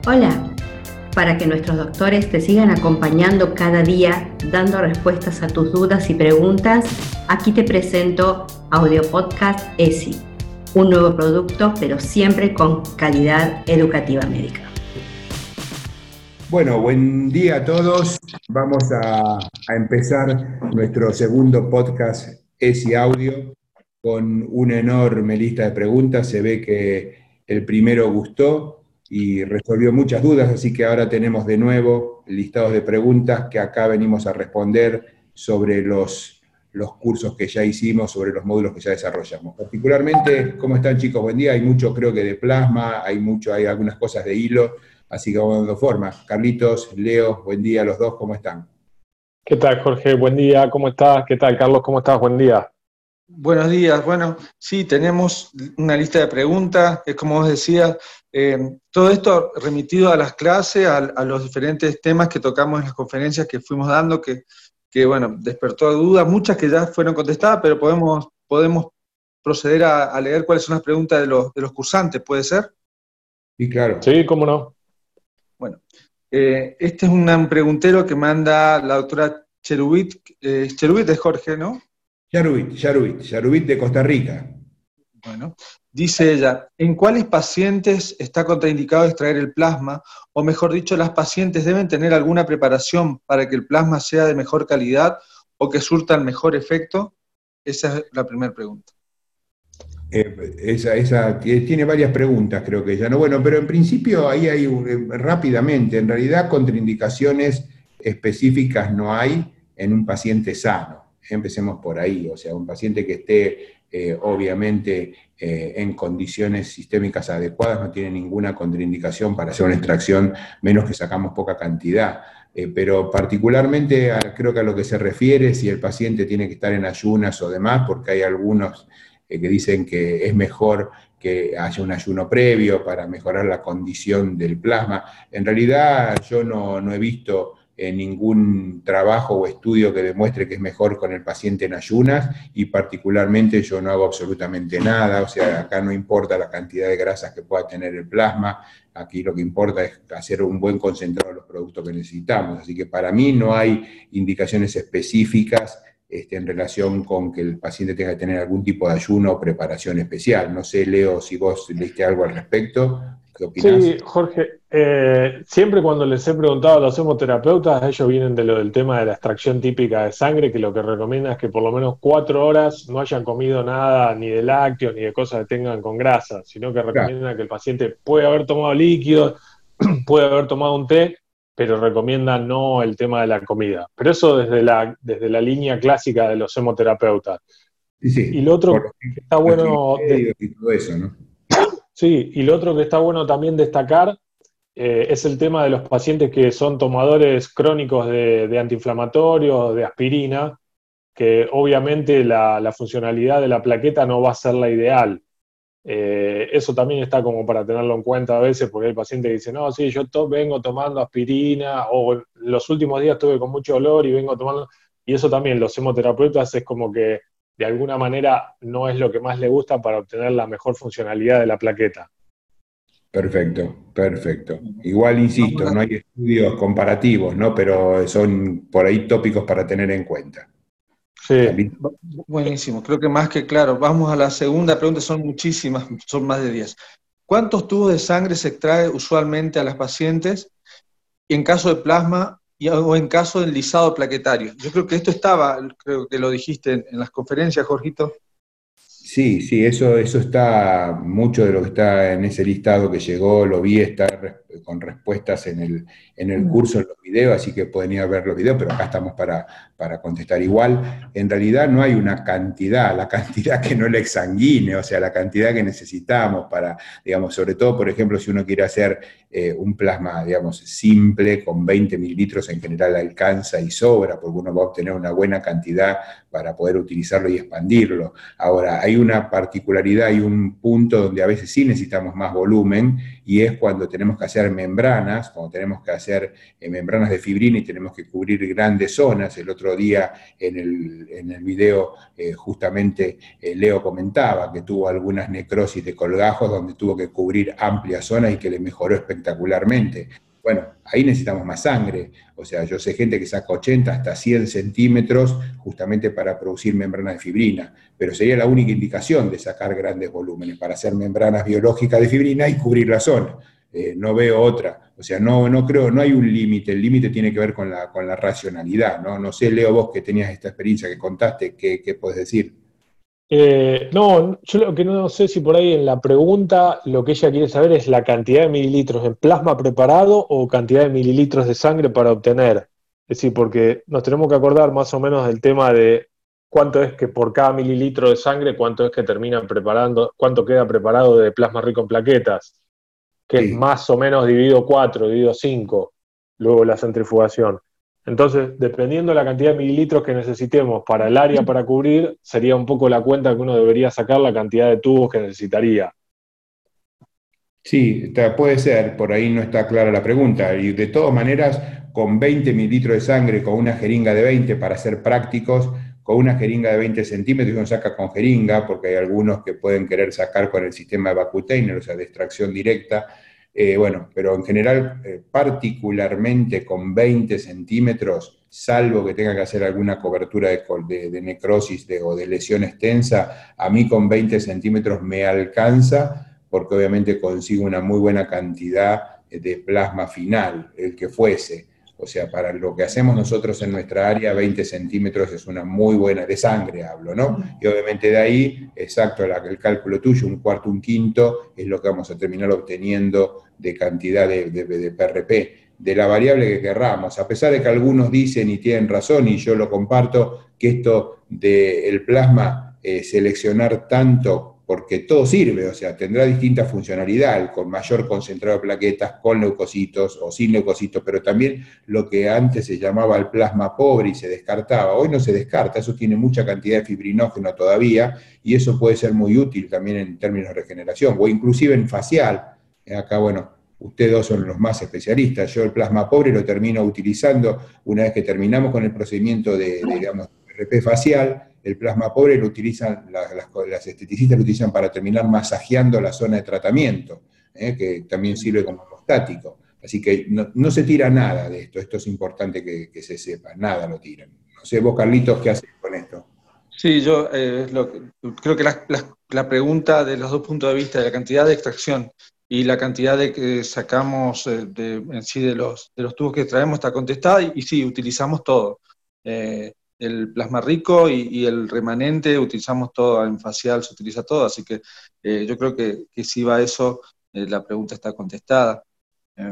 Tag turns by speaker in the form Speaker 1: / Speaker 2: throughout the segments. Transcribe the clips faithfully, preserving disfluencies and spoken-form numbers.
Speaker 1: Hola, para que nuestros doctores te sigan acompañando cada día, dando respuestas a tus dudas y preguntas, aquí te presento Audio Podcast E S I, un nuevo producto, pero siempre con calidad educativa médica.
Speaker 2: Bueno, buen día a todos. Vamos a, a empezar nuestro segundo podcast E S I Audio con una enorme lista de preguntas. Se ve que el primero gustó y resolvió muchas dudas, así que ahora tenemos de nuevo listados de preguntas que acá venimos a responder sobre los, los cursos que ya hicimos, sobre los módulos que ya desarrollamos. Particularmente, ¿cómo están, chicos? Buen día. Hay mucho, creo que de plasma, hay mucho, hay algunas cosas de hilo. Así que vamos dando forma. Carlitos, Leo, buen día a los dos, ¿cómo están?
Speaker 3: ¿Qué tal, Jorge? Buen día, ¿cómo estás? ¿Qué tal, Carlos? ¿Cómo estás? Buen día.
Speaker 4: Buenos días. Bueno, sí, tenemos una lista de preguntas, es como vos decías, eh, todo esto remitido a las clases, a, a los diferentes temas que tocamos en las conferencias que fuimos dando, que, que bueno, despertó dudas, muchas que ya fueron contestadas, pero podemos, podemos proceder a, a leer cuáles son las preguntas de los, de los cursantes, ¿puede ser?
Speaker 2: Sí, claro.
Speaker 3: Sí, cómo no.
Speaker 4: Bueno, eh, este es un preguntero que manda la doctora Cherubit, eh, Cherubit es Jorge, ¿no?
Speaker 2: Yarubit, Yarubit, Yarubit de Costa Rica.
Speaker 4: Bueno, dice ella, ¿en cuáles pacientes está contraindicado extraer el plasma? O mejor dicho, ¿las pacientes deben tener alguna preparación para que el plasma sea de mejor calidad o que surtan mejor efecto? Esa es la primera pregunta.
Speaker 2: Eh, esa, esa tiene varias preguntas, creo que ya no. Bueno, pero en principio ahí hay un, rápidamente, en realidad contraindicaciones específicas no hay en un paciente sano. Empecemos por ahí, o sea, un paciente que esté eh, obviamente eh, en condiciones sistémicas adecuadas no tiene ninguna contraindicación para hacer una extracción, menos que sacamos poca cantidad. Eh, pero particularmente a, creo que a lo que se refiere, si el paciente tiene que estar en ayunas o demás, porque hay algunos eh, que dicen que es mejor que haya un ayuno previo para mejorar la condición del plasma. En realidad yo no, no he visto eh, ningún trabajo o estudio que demuestre que es mejor con el paciente en ayunas, y particularmente yo no hago absolutamente nada, o sea, acá no importa la cantidad de grasas que pueda tener el plasma, aquí lo que importa es hacer un buen concentrado de los productos que necesitamos, así que para mí no hay indicaciones específicas Este, en relación con que el paciente tenga que tener algún tipo de ayuno o preparación especial. No sé, Leo, si vos leíste algo al respecto, ¿qué opinás?
Speaker 3: Sí, Jorge, eh, siempre cuando les he preguntado a los hemoterapeutas, ellos vienen de lo del tema de la extracción típica de sangre, que lo que recomienda es que por lo menos cuatro horas no hayan comido nada ni de lácteos ni de cosas que tengan con grasa, sino que recomiendan que el paciente puede haber tomado líquidos, puede haber tomado un té, pero recomienda no el tema de la comida. Pero eso desde la, desde la línea clásica de los hemoterapeutas.
Speaker 2: Sí, sí.
Speaker 3: Y lo otro
Speaker 2: Por
Speaker 3: que está bueno... De,
Speaker 2: y todo eso, ¿no?
Speaker 3: sí, y lo otro que está bueno también destacar eh, es el tema de los pacientes que son tomadores crónicos de, de antiinflamatorios, de aspirina, que obviamente la, la funcionalidad de la plaqueta no va a ser la ideal. Eh, eso también está como para tenerlo en cuenta a veces, porque hay pacientes que dicen, no, sí, yo to- vengo tomando aspirina, o los últimos días estuve con mucho dolor y vengo tomando, y eso también los hemoterapeutas es como que de alguna manera no es lo que más le gusta para obtener la mejor funcionalidad de la plaqueta.
Speaker 2: Perfecto, perfecto. Igual, insisto, no hay estudios comparativos, ¿no? Pero son por ahí tópicos para tener en cuenta.
Speaker 3: Sí.
Speaker 4: Buenísimo, creo que más que claro. Vamos a la segunda pregunta, son muchísimas, son más de diez. ¿Cuántos tubos de sangre se extrae usualmente a las pacientes en caso de plasma y, o en caso del lisado plaquetario? Yo creo que esto estaba, creo que lo dijiste en, en las conferencias, Jorgito.
Speaker 2: Sí, sí, eso, eso está, mucho de lo que está en ese listado que llegó, lo vi, está res- con respuestas en el, en el curso, en los videos, así que pueden ir a ver los videos, pero acá estamos para, para contestar igual. En realidad no hay una cantidad, la cantidad que no es exsanguínea, o sea, la cantidad que necesitamos para, digamos, sobre todo, por ejemplo, si uno quiere hacer eh, un plasma, digamos, simple, con veinte mililitros en general alcanza y sobra, porque uno va a obtener una buena cantidad para poder utilizarlo y expandirlo. Ahora, hay una particularidad y un punto donde a veces sí necesitamos más volumen, y es cuando tenemos que hacer hacer membranas, cuando tenemos que hacer eh, membranas de fibrina y tenemos que cubrir grandes zonas. El otro día en el, en el video eh, justamente eh, Leo comentaba que tuvo algunas necrosis de colgajos donde tuvo que cubrir amplias zonas y que le mejoró espectacularmente. Bueno, ahí necesitamos más sangre. O sea, yo sé gente que saca ochenta hasta cien centímetros justamente para producir membranas de fibrina, pero sería la única indicación de sacar grandes volúmenes para hacer membranas biológicas de fibrina y cubrir la zona. Eh, no veo otra. O sea, no, no creo, no hay un límite. El límite tiene que ver con la, con la racionalidad, ¿no? No sé, Leo, vos que tenías esta experiencia que contaste, ¿qué, qué podés decir?
Speaker 3: Eh, no, yo lo que no sé si por ahí en la pregunta lo que ella quiere saber es la cantidad de mililitros en plasma preparado o cantidad de mililitros de sangre para obtener. Es decir, porque nos tenemos que acordar más o menos del tema de cuánto es que por cada mililitro de sangre, cuánto es que terminan preparando, cuánto queda preparado de plasma rico en plaquetas, que sí. Es más o menos dividido cuatro, dividido cinco, luego la centrifugación. Entonces, dependiendo de la cantidad de mililitros que necesitemos para el área para cubrir, sería un poco la cuenta que uno debería sacar la cantidad de tubos que necesitaría.
Speaker 2: Sí, puede ser, por ahí no está clara la pregunta. Y de todas maneras, con veinte mililitros de sangre, con una jeringa de veinte, para ser prácticos, con una jeringa de veinte centímetros, uno saca con jeringa, porque hay algunos que pueden querer sacar con el sistema de Vacutainer, o sea, de extracción directa. Eh, bueno, pero en general, eh, particularmente con veinte centímetros, salvo que tenga que hacer alguna cobertura de, de, de necrosis de, o de lesión extensa, a mí con veinte centímetros me alcanza, porque obviamente consigo una muy buena cantidad de plasma final, el que fuese. O sea, para lo que hacemos nosotros en nuestra área, veinte centímetros es una muy buena, de sangre hablo, ¿no? Y obviamente de ahí, exacto, la, el cálculo tuyo, un cuarto, un quinto, es lo que vamos a terminar obteniendo de cantidad de, de, de P R P, de la variable que querramos. A pesar de que algunos dicen y tienen razón, y yo lo comparto, que esto del plasma, eh, seleccionar tanto, porque todo sirve, o sea, tendrá distinta funcionalidad, con mayor concentrado de plaquetas, con leucocitos o sin leucocitos, pero también lo que antes se llamaba el plasma pobre y se descartaba, hoy no se descarta, eso tiene mucha cantidad de fibrinógeno todavía, y eso puede ser muy útil también en términos de regeneración, o inclusive en facial. Acá, bueno, ustedes dos son los más especialistas, yo el plasma pobre lo termino utilizando una vez que terminamos con el procedimiento de, de digamos, R P facial. El plasma pobre lo utilizan, las, las, las esteticistas lo utilizan para terminar masajeando la zona de tratamiento, ¿eh? Que también sirve como hemostático. Así que no, no se tira nada de esto, esto es importante que, que se sepa, nada lo tiran. No sé, vos, Carlitos, ¿qué haces con esto?
Speaker 4: Sí, yo eh, lo, creo que la, la, la pregunta de los dos puntos de vista, de la cantidad de extracción y la cantidad de que sacamos eh, de, en sí de los, de los tubos que traemos está contestada, y, y sí, utilizamos todo. Eh, el plasma rico y, y el remanente, utilizamos todo, en facial se utiliza todo, así que eh, yo creo que, que si va eso, eh, la pregunta está contestada. Eh,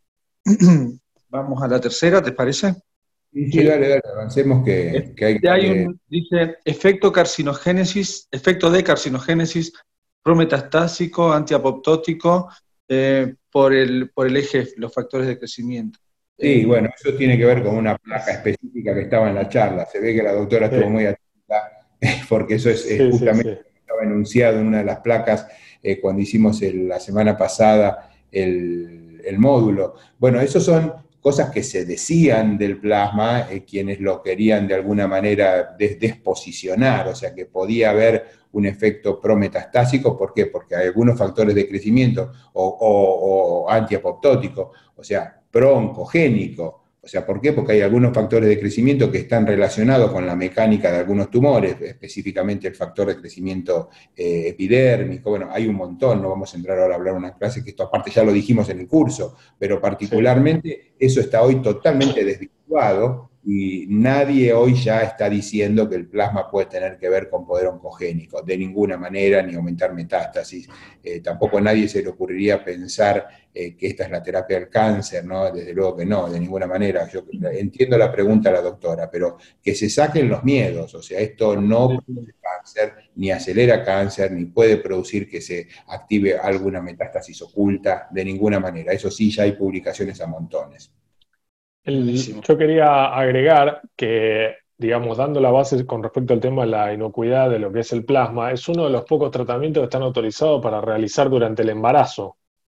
Speaker 4: vamos a la tercera, ¿te parece?
Speaker 2: Sí, sí, dale, dale, avancemos que, que hay que...
Speaker 4: Hay un, dice, efecto carcinogénesis, efecto de carcinogénesis prometastásico, antiapoptótico, eh, por, el, por el eje, los factores de crecimiento.
Speaker 2: Sí, bueno, eso tiene que ver con una placa específica que estaba en la charla. Se ve que la doctora sí. estuvo muy atenta, porque eso es, es justamente sí, sí, sí. estaba enunciado en una de las placas eh, cuando hicimos el, la semana pasada el, el módulo. Bueno, esos son cosas que se decían del plasma, eh, quienes lo querían de alguna manera des desposicionar, o sea que podía haber un efecto prometastásico. ¿Por qué? Porque hay algunos factores de crecimiento o, o, o antiapoptótico, o sea, pro-oncogénico. O sea, ¿por qué? Porque hay algunos factores de crecimiento que están relacionados con la mecánica de algunos tumores, específicamente el factor de crecimiento eh, epidérmico. Bueno, hay un montón, no vamos a entrar ahora a hablar en una clase, que esto aparte ya lo dijimos en el curso, pero particularmente sí. Eso está hoy totalmente desvirtuado y nadie hoy ya está diciendo que el plasma puede tener que ver con poder oncogénico, de ninguna manera, ni aumentar metástasis. Eh, tampoco a nadie se le ocurriría pensar eh, que esta es la terapia del cáncer, ¿no? Desde luego que no, de ninguna manera. Yo entiendo la pregunta de la doctora, pero que se saquen los miedos, o sea, esto no produce cáncer, ni acelera cáncer, ni puede producir que se active alguna metástasis oculta, de ninguna manera. Eso sí, ya hay publicaciones a montones.
Speaker 3: El, yo quería agregar que, digamos, dando la base con respecto al tema de la inocuidad de lo que es el plasma, es uno de los pocos tratamientos que están autorizados para realizar durante el embarazo.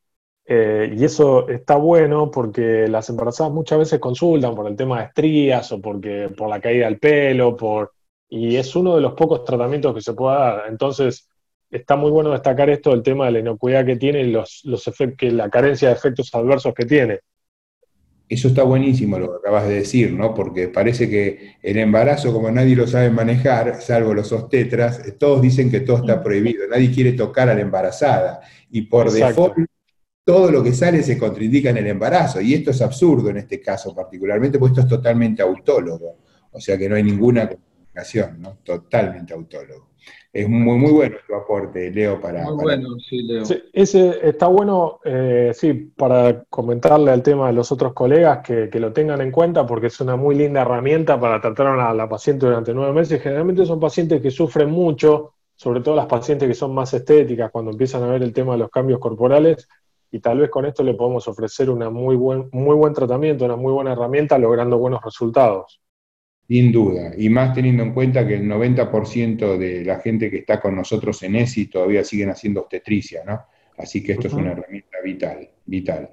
Speaker 3: Eh, y eso está bueno porque las embarazadas muchas veces consultan por el tema de estrías o porque, por la caída del pelo, por, y es uno de los pocos tratamientos que se puede dar. Entonces, está muy bueno destacar esto del tema de la inocuidad que tiene y los, los efectos, que la carencia de efectos adversos que tiene.
Speaker 2: Eso está buenísimo lo que acabas de decir, ¿no? Porque parece que el embarazo, como nadie lo sabe manejar, salvo los obstetras, eh, todos dicen que todo está prohibido, nadie quiere tocar a la embarazada y por default
Speaker 3: Exacto.
Speaker 2: todo lo que sale se contraindica en el embarazo, y esto es absurdo en este caso particularmente, porque esto es totalmente autólogo, o sea que no hay ninguna complicación, ¿no? Totalmente autólogo. Es muy, muy bueno tu aporte, Leo, para,
Speaker 4: Muy
Speaker 2: para...
Speaker 4: bueno, sí, Leo.
Speaker 3: Sí, ese está bueno, eh, sí, para comentarle al tema de los otros colegas que, que lo tengan en cuenta porque es una muy linda herramienta para tratar a la, la paciente durante nueve meses. Generalmente son pacientes que sufren mucho, sobre todo las pacientes que son más estéticas, cuando empiezan a ver el tema de los cambios corporales, y tal vez con esto le podemos ofrecer una muy buen, muy buen tratamiento, una muy buena herramienta, logrando buenos resultados.
Speaker 2: Sin duda, y más teniendo en cuenta que el noventa por ciento de la gente que está con nosotros en ESI todavía siguen haciendo obstetricia, ¿no? Así que esto es una
Speaker 3: Ujú.
Speaker 2: herramienta vital, vital.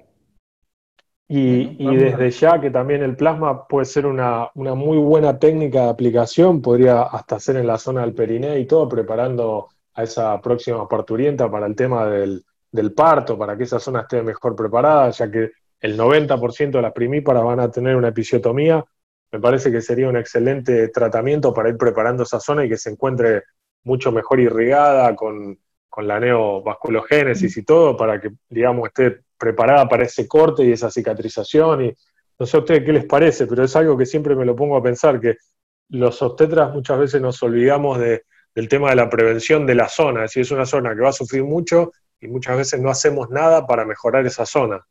Speaker 3: Y,
Speaker 4: Bueno,
Speaker 3: y
Speaker 4: vamos a...
Speaker 3: desde ya que también el plasma puede ser una, una muy buena técnica de aplicación, podría hasta ser en la zona del periné y todo, preparando a esa próxima parturienta para el tema del, del parto, para que esa zona esté mejor preparada, ya que el noventa por ciento de las primíparas van a tener una episiotomía. Me parece que sería un excelente tratamiento para ir preparando esa zona y que se encuentre mucho mejor irrigada con, con la neovasculogénesis y todo, para que, digamos, esté preparada para ese corte y esa cicatrización. Y no sé a ustedes qué les parece, pero es algo que siempre me lo pongo a pensar, que los obstetras muchas veces nos olvidamos de, del tema de la prevención de la zona, es decir, es una zona que va a sufrir mucho y muchas veces no hacemos nada para mejorar esa zona.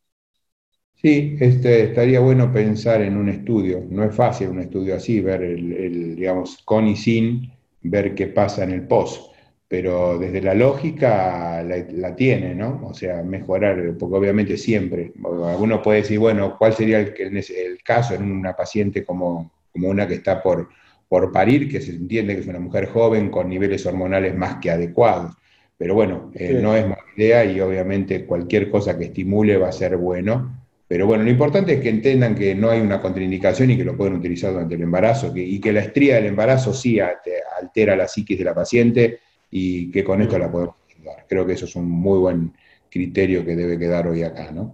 Speaker 2: Sí, este, estaría bueno pensar en un estudio. No es fácil un estudio así, ver el, el, digamos, con y sin, ver qué pasa en el post. Pero desde la lógica la, la tiene, ¿no? O sea, mejorar, porque obviamente siempre. Uno puede decir, bueno, ¿cuál sería el, el, el caso en una paciente como, como una que está por, por parir, que se entiende que es una mujer joven con niveles hormonales más que adecuados? Pero bueno, eh,
Speaker 3: Sí.
Speaker 2: no es mala idea y obviamente cualquier cosa que estimule va a ser bueno. Pero bueno, lo importante es que entiendan que no hay una contraindicación y que lo pueden utilizar durante el embarazo, que, y que la estría del embarazo sí altera la psiquis de la paciente y que con esto
Speaker 3: Mm.
Speaker 2: la podemos ayudar. Creo que eso es un muy buen criterio que debe quedar hoy acá, ¿no?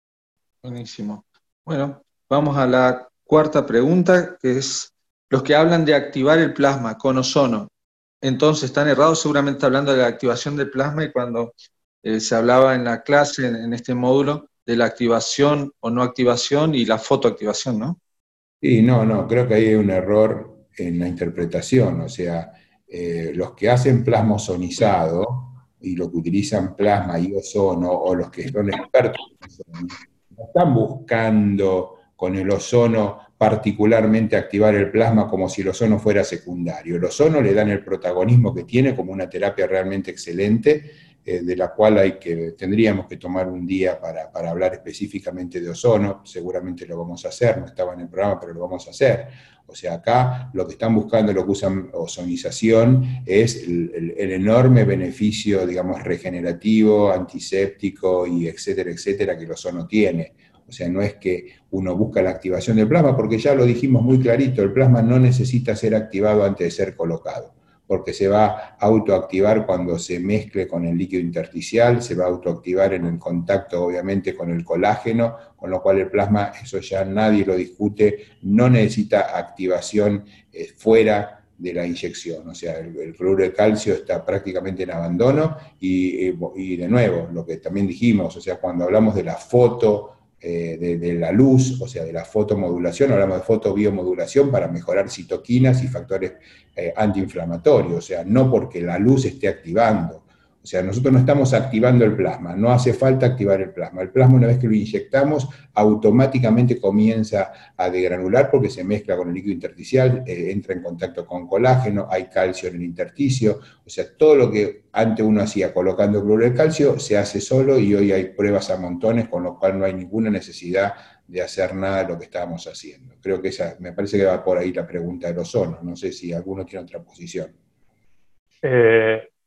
Speaker 4: Buenísimo. Bueno, vamos a la cuarta pregunta, que es los que hablan de activar el plasma con ozono. Entonces, están errados, seguramente hablando de la activación del plasma y cuando eh, se hablaba en la clase, en, en este módulo, de la activación o no activación y la fotoactivación, ¿no?
Speaker 2: Y no, no, creo que ahí hay un error en la interpretación, o sea, eh, los que hacen plasma ozonizado y los que utilizan plasma y ozono, o los que son expertos en ozono, no están buscando con el ozono particularmente activar el plasma como si el ozono fuera secundario. El ozono le dan el protagonismo que tiene como una terapia realmente excelente, eh, de la cual hay que, tendríamos que tomar un día para, para hablar específicamente de ozono, seguramente lo vamos a hacer, no estaba en el programa, pero lo vamos a hacer. O sea, acá lo que están buscando, lo que usan ozonización, es el, el, el enorme beneficio, digamos, regenerativo, antiséptico y etcétera, etcétera, que el ozono tiene. O sea, no es que uno busca la activación del plasma, porque ya lo dijimos muy clarito, el plasma no necesita ser activado antes de ser colocado, porque se va a autoactivar cuando se mezcle con el líquido intersticial, se va a autoactivar en el contacto, obviamente, con el colágeno, con lo cual el plasma, eso ya nadie lo discute, no necesita activación eh, fuera de la inyección. O sea, el, el cloruro de calcio está prácticamente en abandono y, y de nuevo, lo que también dijimos, o sea, cuando hablamos de la foto, Eh, de, de la luz, o sea, de la fotomodulación, hablamos de fotobiomodulación para mejorar citoquinas y factores eh, antiinflamatorios, o sea, no porque la luz esté activando. O sea, nosotros no estamos activando el plasma, no hace falta activar el plasma. El plasma, una vez que lo inyectamos, automáticamente comienza a degranular porque se mezcla con el líquido intersticial, eh, entra en contacto con colágeno, hay calcio en el intersticio. O sea, todo lo que antes uno hacía colocando cloruro de calcio se hace solo y hoy hay pruebas a montones, con lo cual no hay ninguna necesidad de hacer nada de lo que estábamos haciendo. Creo que esa, me parece que va por ahí la pregunta del ozono. No sé si alguno tiene otra posición.
Speaker 3: Eh,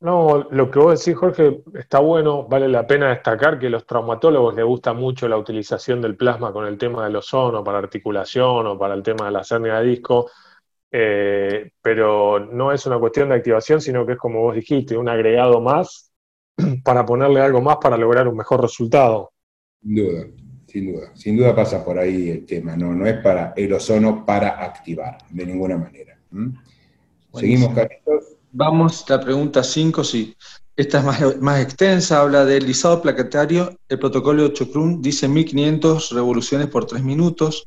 Speaker 3: No, lo que vos decís, Jorge, está bueno, vale la pena destacar que a los traumatólogos les gusta mucho la utilización del plasma con el tema del ozono, para articulación o para el tema de la hernia de disco, eh, pero no es una cuestión de activación, sino que es como vos dijiste, un agregado más para ponerle algo más para lograr un mejor resultado.
Speaker 2: Sin duda, sin duda. Sin duda pasa por ahí el tema, no, no es para el ozono para activar, de ninguna manera. ¿Mm? Seguimos,
Speaker 4: Buenísimo.
Speaker 2: Carlitos.
Speaker 4: Vamos, la pregunta cinco, sí. Esta es más, más extensa, habla del lisado plaquetario. El protocolo de Chocrun dice mil quinientas revoluciones por tres minutos,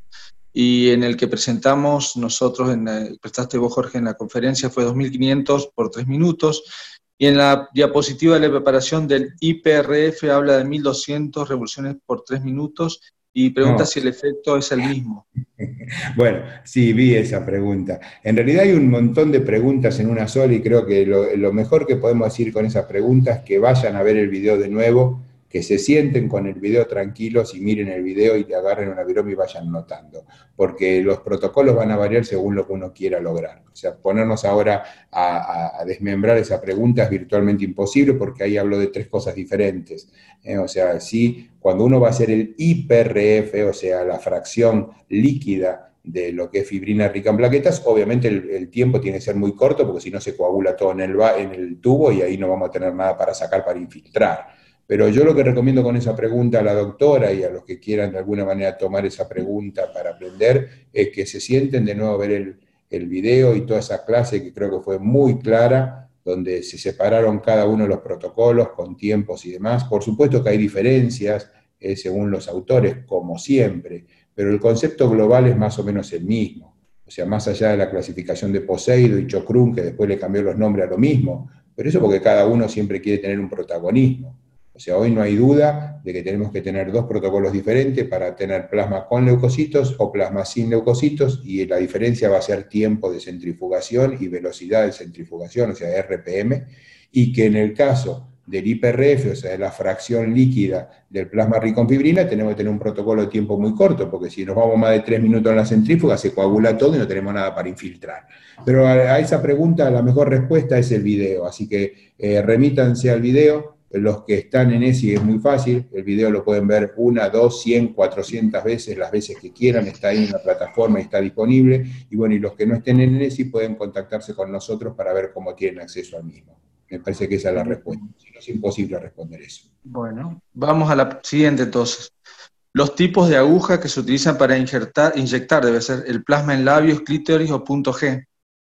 Speaker 4: y en el que presentamos nosotros, en la, prestaste vos, Jorge, en la conferencia, fue dos mil quinientos por tres minutos, y en la diapositiva de la preparación del I P R F habla de mil doscientas revoluciones por tres minutos, y pregunta
Speaker 2: No.
Speaker 4: si el efecto es el mismo.
Speaker 2: Bueno, sí, vi esa pregunta. En realidad hay un montón de preguntas en una sola y creo que lo, lo mejor que podemos decir con esas preguntas es que vayan a ver el video de nuevo, que se sienten con el video tranquilos y miren el video y te agarren una viroma y vayan notando, porque los protocolos van a variar según lo que uno quiera lograr. O sea, ponernos ahora a, a, a desmembrar esa pregunta es virtualmente imposible porque ahí hablo de tres cosas diferentes. Eh, o sea, sí, cuando uno va a hacer el I P R F, o sea, la fracción líquida de lo que es fibrina rica en plaquetas, obviamente el, el tiempo tiene que ser muy corto porque si no se coagula todo en el, en el tubo y ahí no vamos a tener nada para sacar, para infiltrar. Pero yo lo que recomiendo con esa pregunta a la doctora y a los que quieran de alguna manera tomar esa pregunta para aprender es que se sienten de nuevo a ver el, el video y toda esa clase que creo que fue muy clara, donde se separaron cada uno de los protocolos con tiempos y demás. Por supuesto que hay diferencias eh, según los autores, como siempre, pero el concepto global es más o menos el mismo. O sea, más allá de la clasificación de Poseido y Chocrun, que después le cambió los nombres a lo mismo, pero eso porque cada uno siempre quiere tener un protagonismo. O sea, hoy no hay duda de que tenemos que tener dos protocolos diferentes para tener plasma con leucocitos o plasma sin leucocitos, y la diferencia va a ser tiempo de centrifugación y velocidad de centrifugación, o sea, R P M, y que en el caso del I P R F, o sea, de la fracción líquida del plasma rico en fibrina, tenemos que tener un protocolo de tiempo muy corto, porque si nos vamos más de tres minutos en la centrífuga, se coagula todo y no tenemos nada para infiltrar. Pero a, a esa pregunta la mejor respuesta es el video, así que eh, remítanse al video. Los que están en ESI es muy fácil, el video lo pueden ver una, dos, cien, cuatrocientas veces, las veces que quieran, está ahí en la plataforma y está disponible. Y bueno, y los que no estén en ESI pueden contactarse con nosotros para ver cómo tienen acceso al mismo. Me parece que esa es la respuesta, si no es imposible responder eso.
Speaker 4: Bueno, vamos a la siguiente entonces. Los tipos de aguja que se utilizan para inyectar, inyectar debe ser el plasma en labios, clítoris o punto G.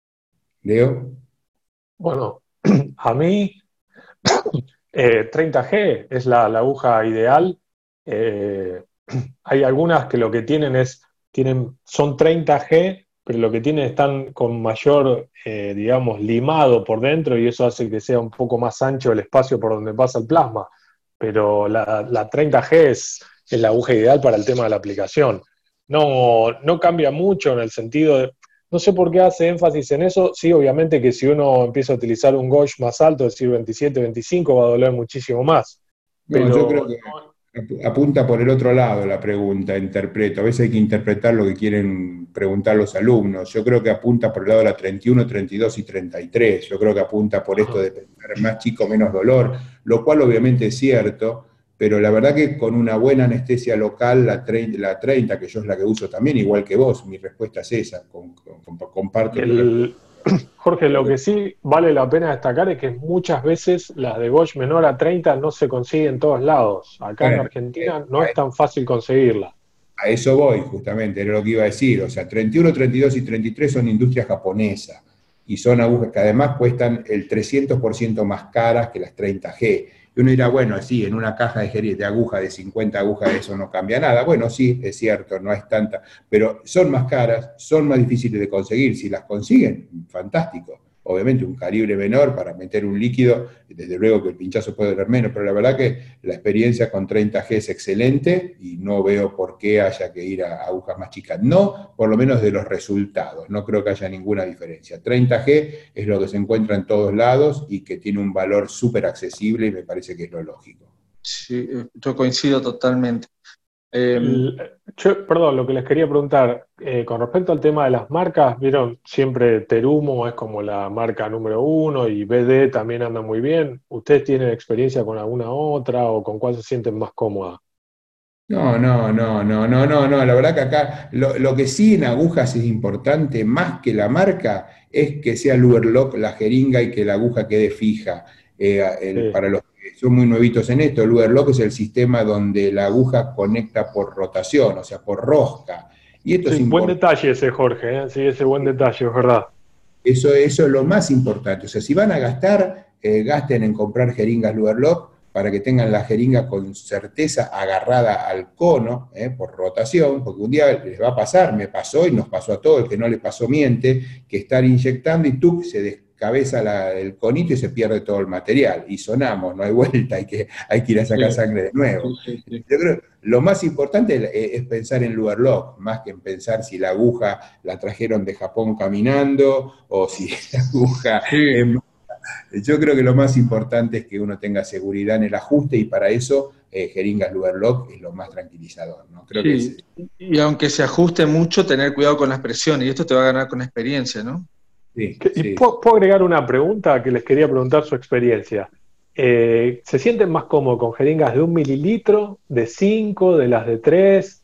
Speaker 2: Leo.
Speaker 3: Bueno, a mí eh, treinta G es la, la aguja ideal. Eh, hay algunas que lo que tienen es, tienen, son treinta G, pero lo que tienen están con mayor, eh, digamos, limado por dentro, y eso hace que sea un poco más ancho el espacio por donde pasa el plasma. Pero la, la treinta G es, es la aguja ideal para el tema de la aplicación. No, no cambia mucho en el sentido de, no sé por qué hace énfasis en eso. Sí, obviamente que si uno empieza a utilizar un gauge más alto, es decir, veintisiete, veinticinco, va a doler muchísimo más.
Speaker 2: No, yo creo
Speaker 3: Pero
Speaker 2: que
Speaker 3: no,
Speaker 2: apunta por el otro lado la pregunta, interpreto. A veces hay que interpretar lo que quieren preguntar los alumnos. Yo creo que apunta por el lado de la treinta y uno, treinta y dos y treinta y tres. Yo creo que apunta por esto de pensar más chico, menos dolor, lo cual obviamente es cierto, pero la verdad que con una buena anestesia local, la treinta, la treinta, que yo es la que uso también, igual que vos, mi respuesta es esa, con, con, comparto tu respuesta.
Speaker 3: el, Jorge, lo que sí vale la pena destacar es que muchas veces las de gauge menor a treinta no se consiguen en todos lados. Acá en
Speaker 2: Bueno, eh,
Speaker 3: Argentina no es tan fácil conseguirla.
Speaker 2: a eso voy, justamente, era lo que iba a decir. O sea, treinta y uno, treinta y dos y treinta y tres son industria japonesa y son agujas que además cuestan el trescientos por ciento más caras que las treinta G. Y uno dirá, bueno, sí, en una caja de, de aguja de cincuenta agujas eso no cambia nada. Bueno, sí, es cierto, no es tanta, pero son más caras, son más difíciles de conseguir. Si las consiguen, fantástico. Obviamente un calibre menor para meter un líquido, desde luego que el pinchazo puede doler menos, pero la verdad que la experiencia con treinta G es excelente y no veo por qué haya que ir a agujas más chicas. No, por lo menos de los resultados, no creo que haya ninguna diferencia. treinta G es lo que se encuentra en todos lados y que tiene un valor súper accesible y me parece que es lo lógico.
Speaker 4: Sí, yo coincido totalmente. Eh,
Speaker 3: El- yo, perdón, lo que les quería preguntar, eh, con respecto al tema de las marcas, vieron, siempre Terumo es como la marca número uno y B D también anda muy bien. ¿Ustedes tienen experiencia con alguna otra o con cuál se sienten más cómodas?
Speaker 2: No, no, no, no, no, no, no. La verdad que acá lo, lo que sí en agujas es importante, más que la marca, es que sea Luerlock la jeringa y que la aguja quede fija. Eh, el-
Speaker 3: Sí.
Speaker 2: para los que son muy nuevitos en esto, el Luerlock es el sistema donde la aguja conecta por rotación, o sea, por rosca. Y esto es
Speaker 3: Sí, buen
Speaker 2: importante.
Speaker 3: detalle ese, Jorge, ¿eh? Sí, ese buen detalle, es verdad.
Speaker 2: Eso, eso es lo más importante. O sea, si van a gastar, eh, gasten en comprar jeringas Luerlock para que tengan la jeringa con certeza agarrada al cono, eh, por rotación, porque un día les va a pasar, me pasó y nos pasó a todos, el que no le pasó miente, que estar inyectando y tú se descabeza la- el conito y se pierde todo el material. Y sonamos, no hay vuelta, hay que, hay que ir a sacar
Speaker 4: sí,
Speaker 2: sangre de nuevo.
Speaker 4: sí, sí, sí.
Speaker 2: Yo creo lo más importante es, es pensar en Luerlock, más que en pensar si la aguja la trajeron de Japón caminando o si la aguja...
Speaker 4: Sí,
Speaker 2: em, yo creo que lo más importante es que uno tenga seguridad en el ajuste y para eso eh, jeringas Luerlock es lo más tranquilizador, ¿no? Creo que
Speaker 4: sí.
Speaker 2: es...
Speaker 4: Y aunque se ajuste mucho, tener cuidado con las presiones, y esto te va a ganar con experiencia, ¿no?
Speaker 2: Sí,
Speaker 3: ¿Qué- ¿Y
Speaker 2: sí, sí.
Speaker 3: puedo, puedo agregar una pregunta que les quería preguntar su experiencia? Eh, ¿se sienten más cómodos con jeringas de un mililitro, de cinco, de las de tres?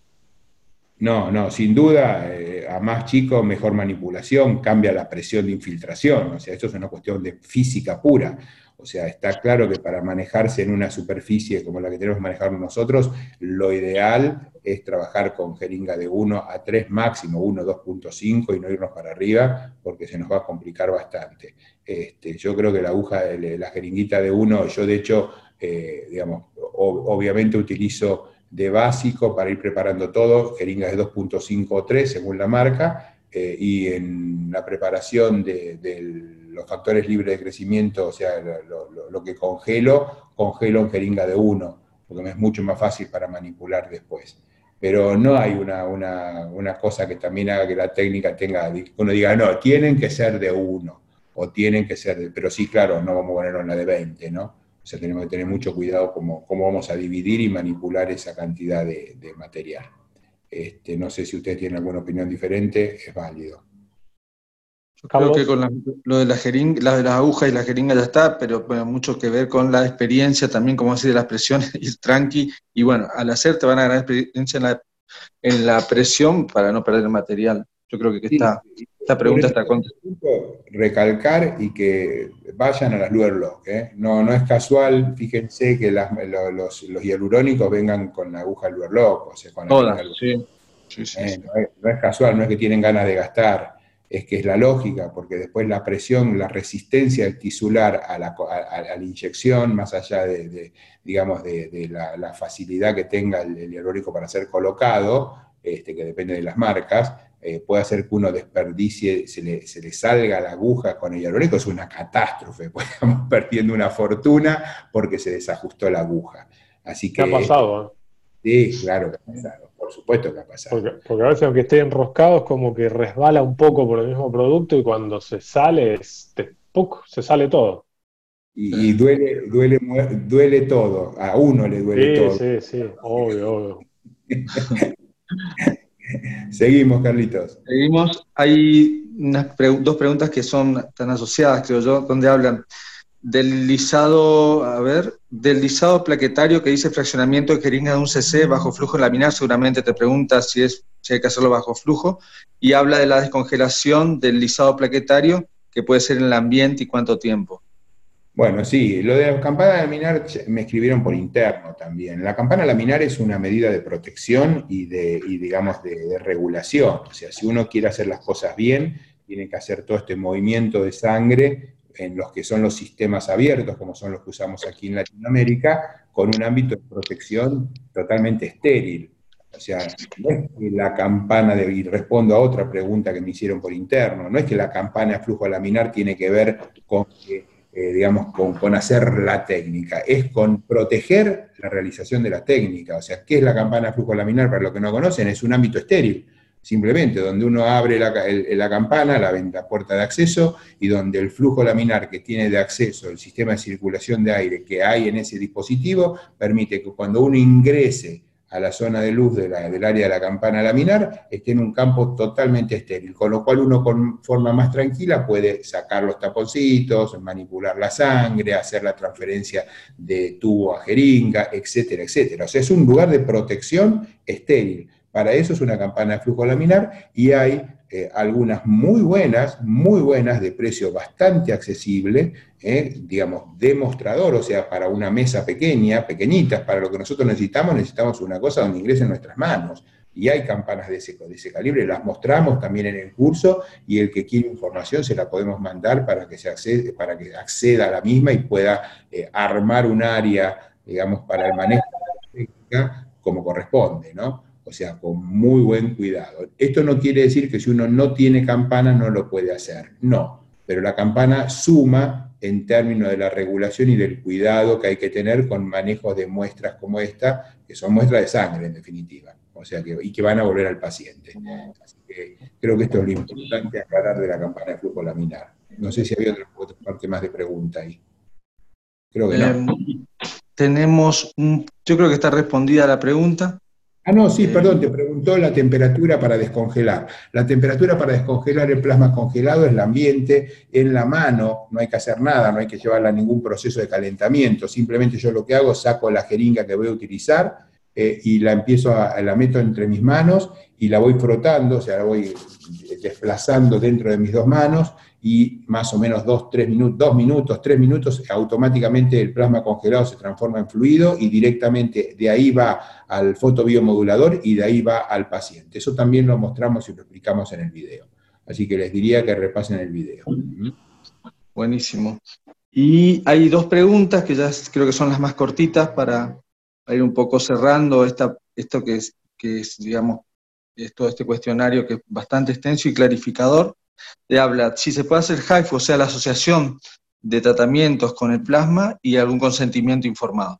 Speaker 2: No, no, sin duda, eh, a más chico, mejor manipulación, cambia la presión de infiltración, o sea, esto es una cuestión de física pura. O sea, está claro que para manejarse en una superficie como la que tenemos que manejar nosotros, lo ideal es trabajar con jeringa de uno a tres máximo, uno, dos punto cinco y no irnos para arriba, porque se nos va a complicar bastante. Este, yo creo que la aguja, la jeringuita de uno, yo de hecho, eh, digamos, o- obviamente utilizo de básico para ir preparando todo, jeringas de dos punto cinco o tres según la marca, eh, y en la preparación de, de los factores libres de crecimiento, o sea, lo, lo, lo que congelo, congelo en jeringa de uno, porque me es mucho más fácil para manipular después. Pero no hay una, una, una cosa que también haga que la técnica tenga, que uno diga, no, tienen que ser de uno, o tienen que ser de, pero sí, claro, no vamos a ponerlo en la de veinte, ¿no? O sea, tenemos que tener mucho cuidado cómo, cómo vamos a dividir y manipular esa cantidad de, de material. Este, no sé si ustedes tienen alguna opinión diferente, es válido.
Speaker 4: Yo creo que
Speaker 3: Carlos.
Speaker 4: con la- lo de la jeringa, la de las agujas y la jeringa ya está, pero bueno, mucho que ver con la experiencia también, como así de las presiones, ir tranqui, y bueno, al hacer te van a ganar experiencia en la, en la presión para no perder el material. Yo creo que
Speaker 2: Sí,
Speaker 4: está, esta
Speaker 2: sobre
Speaker 4: pregunta
Speaker 2: todo
Speaker 4: está
Speaker 2: en
Speaker 4: con...
Speaker 2: este punto, recalcar y que vayan a las Luerlock, ¿eh? No, no es casual, fíjense que las- lo- los, los hialurónicos vengan con la aguja Luerlock, o sea, con la
Speaker 4: Todas,
Speaker 2: jeringa Luerlock.
Speaker 4: sí. Sí, sí,
Speaker 2: Eh,
Speaker 4: sí.
Speaker 2: no, es, no es casual, no es que tienen ganas de gastar, es que es la lógica, porque después la presión, la resistencia del tisular a la, a, a la inyección, más allá de, de digamos, de, de la, la, facilidad que tenga el, el hialurónico para ser colocado, este, que depende de las marcas, eh, puede hacer que uno desperdicie, se le, se le salga la aguja con el hialurónico, es una catástrofe, pues estamos perdiendo una fortuna porque se desajustó la aguja. Así
Speaker 3: ¿Qué ha
Speaker 2: que esto,
Speaker 3: pasado? ¿Eh?
Speaker 2: sí, claro que ha pasado, por supuesto que ha
Speaker 3: Porque,
Speaker 2: pasado.
Speaker 3: porque a veces aunque esté enroscado es como que resbala un poco por el mismo producto y cuando se sale, es, te- ¡puc! Se sale todo.
Speaker 2: Y, y duele, duele, duele todo, a uno le duele
Speaker 3: Sí,
Speaker 2: todo.
Speaker 3: sí, sí, obvio, obvio.
Speaker 2: Seguimos, Carlitos.
Speaker 4: Seguimos. Hay unas pregu- dos preguntas que son tan asociadas, creo yo, donde hablan del lisado, a ver, del lisado plaquetario que dice fraccionamiento de jeringa de un cc bajo flujo laminar, seguramente te pregunta si, es, si hay que hacerlo bajo flujo, y habla de la descongelación del lisado plaquetario, que puede ser en el ambiente y cuánto tiempo.
Speaker 2: Bueno, sí, lo de la campana laminar me escribieron por interno también. La campana laminar es una medida de protección y, de, y digamos, de, de regulación. O sea, si uno quiere hacer las cosas bien, tiene que hacer todo este movimiento de sangre en los que son los sistemas abiertos, como son los que usamos aquí en Latinoamérica, con un ámbito de protección totalmente estéril. O sea, no es que la campana, de, y respondo a otra pregunta que me hicieron por interno, no es que la campana de flujo laminar tiene que ver con que Eh, digamos, con, con hacer la técnica, es con proteger la realización de la técnica. O sea, ¿qué es la campana de flujo laminar? Para los que no conocen, es un ámbito estéril, simplemente, donde uno abre la, el, la campana, la, la puerta de acceso, y donde el flujo laminar que tiene de acceso el sistema de circulación de aire que hay en ese dispositivo, permite que cuando uno ingrese a la zona de luz de la, del área de la campana laminar, esté en un campo totalmente estéril, con lo cual uno con forma más tranquila puede sacar los taponcitos, manipular la sangre, hacer la transferencia de tubo a jeringa, etcétera, etcétera. O sea, es un lugar de protección estéril. Para eso es una campana de flujo laminar y hay eh, algunas muy buenas, muy buenas, de precio bastante accesible, eh, digamos, demostrador, o sea, para una mesa pequeña, pequeñitas, para lo que nosotros necesitamos, necesitamos una cosa donde ingresen nuestras manos. Y hay campanas de ese, de ese calibre, las mostramos también en el curso, y el que quiere información se la podemos mandar para que, se accede, para que acceda a la misma y pueda eh, armar un área, digamos, para el manejo de la técnica como corresponde, ¿no? O sea, con muy buen cuidado. Esto no quiere decir que si uno no tiene campana no lo puede hacer, no, pero la campana suma en términos de la regulación y del cuidado que hay que tener con manejos de muestras como esta, que son muestras de sangre en definitiva, o sea, que, y que van a volver al paciente. Así que creo que esto es lo importante aclarar de la campana de flujo laminar. No sé si había otra, otra parte más de pregunta ahí. Creo que no.
Speaker 4: Eh, tenemos, un, yo creo que está respondida la pregunta.
Speaker 2: Ah, no, sí, perdón, te preguntó la temperatura para descongelar. La temperatura para descongelar el plasma congelado es el ambiente, en la mano, no hay que hacer nada, no hay que llevarla a ningún proceso de calentamiento, simplemente yo lo que hago, saco la jeringa que voy a utilizar eh, y la empiezo a, la meto entre mis manos y la voy frotando, o sea, la voy desplazando dentro de mis dos manos, y más o menos dos, tres minutos, dos minutos, tres minutos, automáticamente el plasma congelado se transforma en fluido y directamente de ahí va al fotobiomodulador y de ahí va al paciente. Eso también lo mostramos y lo explicamos en el video. Así que les diría que repasen el video.
Speaker 4: Buenísimo. Y hay dos preguntas que ya creo que son las más cortitas para ir un poco cerrando esta, esto que es, que es, digamos, es todo este cuestionario que es bastante extenso y clarificador. Le habla si se puede hacer H I F U, o sea, la asociación de tratamientos con el plasma, y algún consentimiento informado.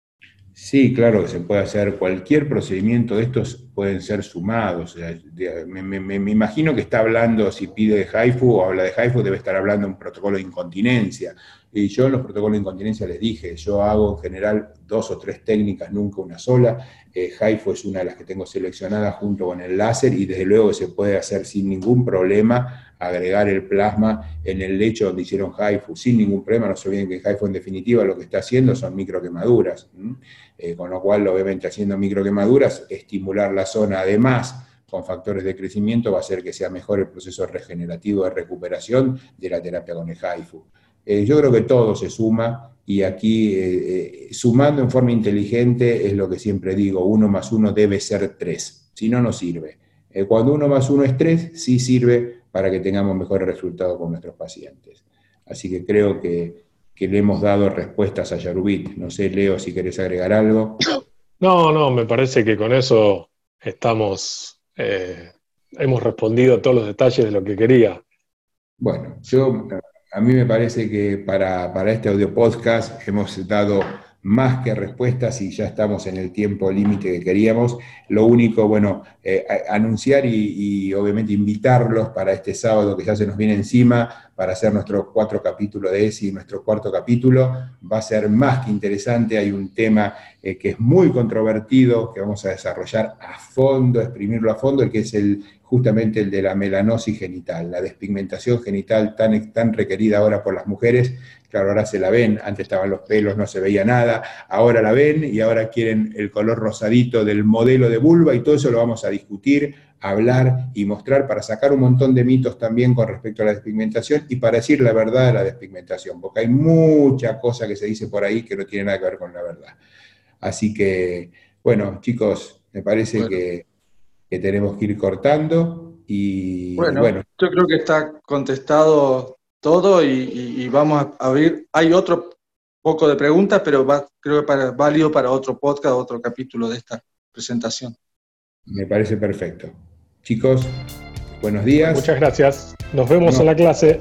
Speaker 2: Sí, claro que se puede hacer. Cualquier procedimiento de estos pueden ser sumados. O sea, me, me, me imagino que está hablando, si pide H I F U o habla de H I F U, debe estar hablando de un protocolo de incontinencia. Y yo en los protocolos de incontinencia les dije, yo hago en general dos o tres técnicas, nunca una sola. Eh, H I F U es una de las que tengo seleccionada junto con el láser, y desde luego se puede hacer sin ningún problema, agregar el plasma en el lecho donde hicieron H I F U, sin ningún problema. No se olviden que H I F U en definitiva lo que está haciendo son microquemaduras, eh, con lo cual obviamente haciendo microquemaduras, estimular la zona además con factores de crecimiento va a hacer que sea mejor el proceso regenerativo de recuperación de la terapia con el H I F U. Eh, yo creo que todo se suma, y aquí eh, eh, sumando en forma inteligente es lo que siempre digo, uno más uno debe ser tres, si no, no sirve. Eh, cuando uno más uno es tres, sí sirve para que tengamos mejores resultados con nuestros pacientes. Así que creo que, que le hemos dado respuestas a Yarubit. No sé, Leo, si querés agregar algo.
Speaker 3: No, no, me parece que con eso estamos, eh, hemos respondido a todos los detalles de lo que quería.
Speaker 2: Bueno, yo... A mí me parece que para, para este audio podcast hemos dado más que respuestas y ya estamos en el tiempo límite que queríamos. Lo único, bueno, eh, anunciar y, y obviamente invitarlos para este sábado que ya se nos viene encima, para hacer nuestros cuatro capítulos de E S I, nuestro cuarto capítulo. Va a ser más que interesante, hay un tema eh, que es muy controvertido, que vamos a desarrollar a fondo, exprimirlo a fondo, el que es el justamente el de la melanosis genital, la despigmentación genital tan, tan requerida ahora por las mujeres. Claro, ahora se la ven, antes estaban los pelos, no se veía nada, ahora la ven y ahora quieren el color rosadito del modelo de vulva, y todo eso lo vamos a discutir, hablar y mostrar para sacar un montón de mitos también con respecto a la despigmentación y para decir la verdad de la despigmentación, porque hay mucha cosa que se dice por ahí que no tiene nada que ver con la verdad. Así que, bueno, chicos, me parece bueno. que, que tenemos que ir cortando y
Speaker 4: bueno,
Speaker 2: bueno.
Speaker 4: Yo creo que está contestado todo y, y, y vamos a abrir. Hay otro poco de preguntas, pero va, creo que para, válido para otro podcast, otro capítulo de esta presentación.
Speaker 2: Me parece perfecto. Chicos, buenos días.
Speaker 3: Muchas gracias. Nos vemos no. en la clase.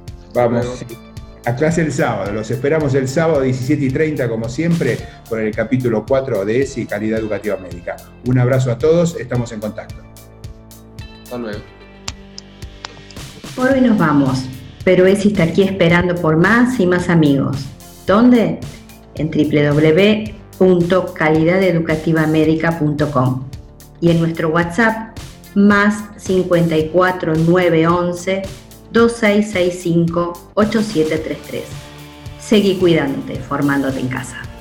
Speaker 2: Vamos a clase el sábado. Los esperamos el sábado a diecisiete y treinta, como siempre, por el capítulo cuatro de E S I, Calidad Educativa Médica. Un abrazo a todos, estamos en contacto.
Speaker 4: Hasta luego.
Speaker 1: Por hoy nos vamos, pero E S I está aquí esperando por más y más amigos. ¿Dónde? En doble u doble u doble u punto calidad educativa médica punto com y en nuestro WhatsApp más cincuenta y cuatro nueve once dos seis seis cinco ocho siete tres tres. Seguí cuidándote, formándote en casa.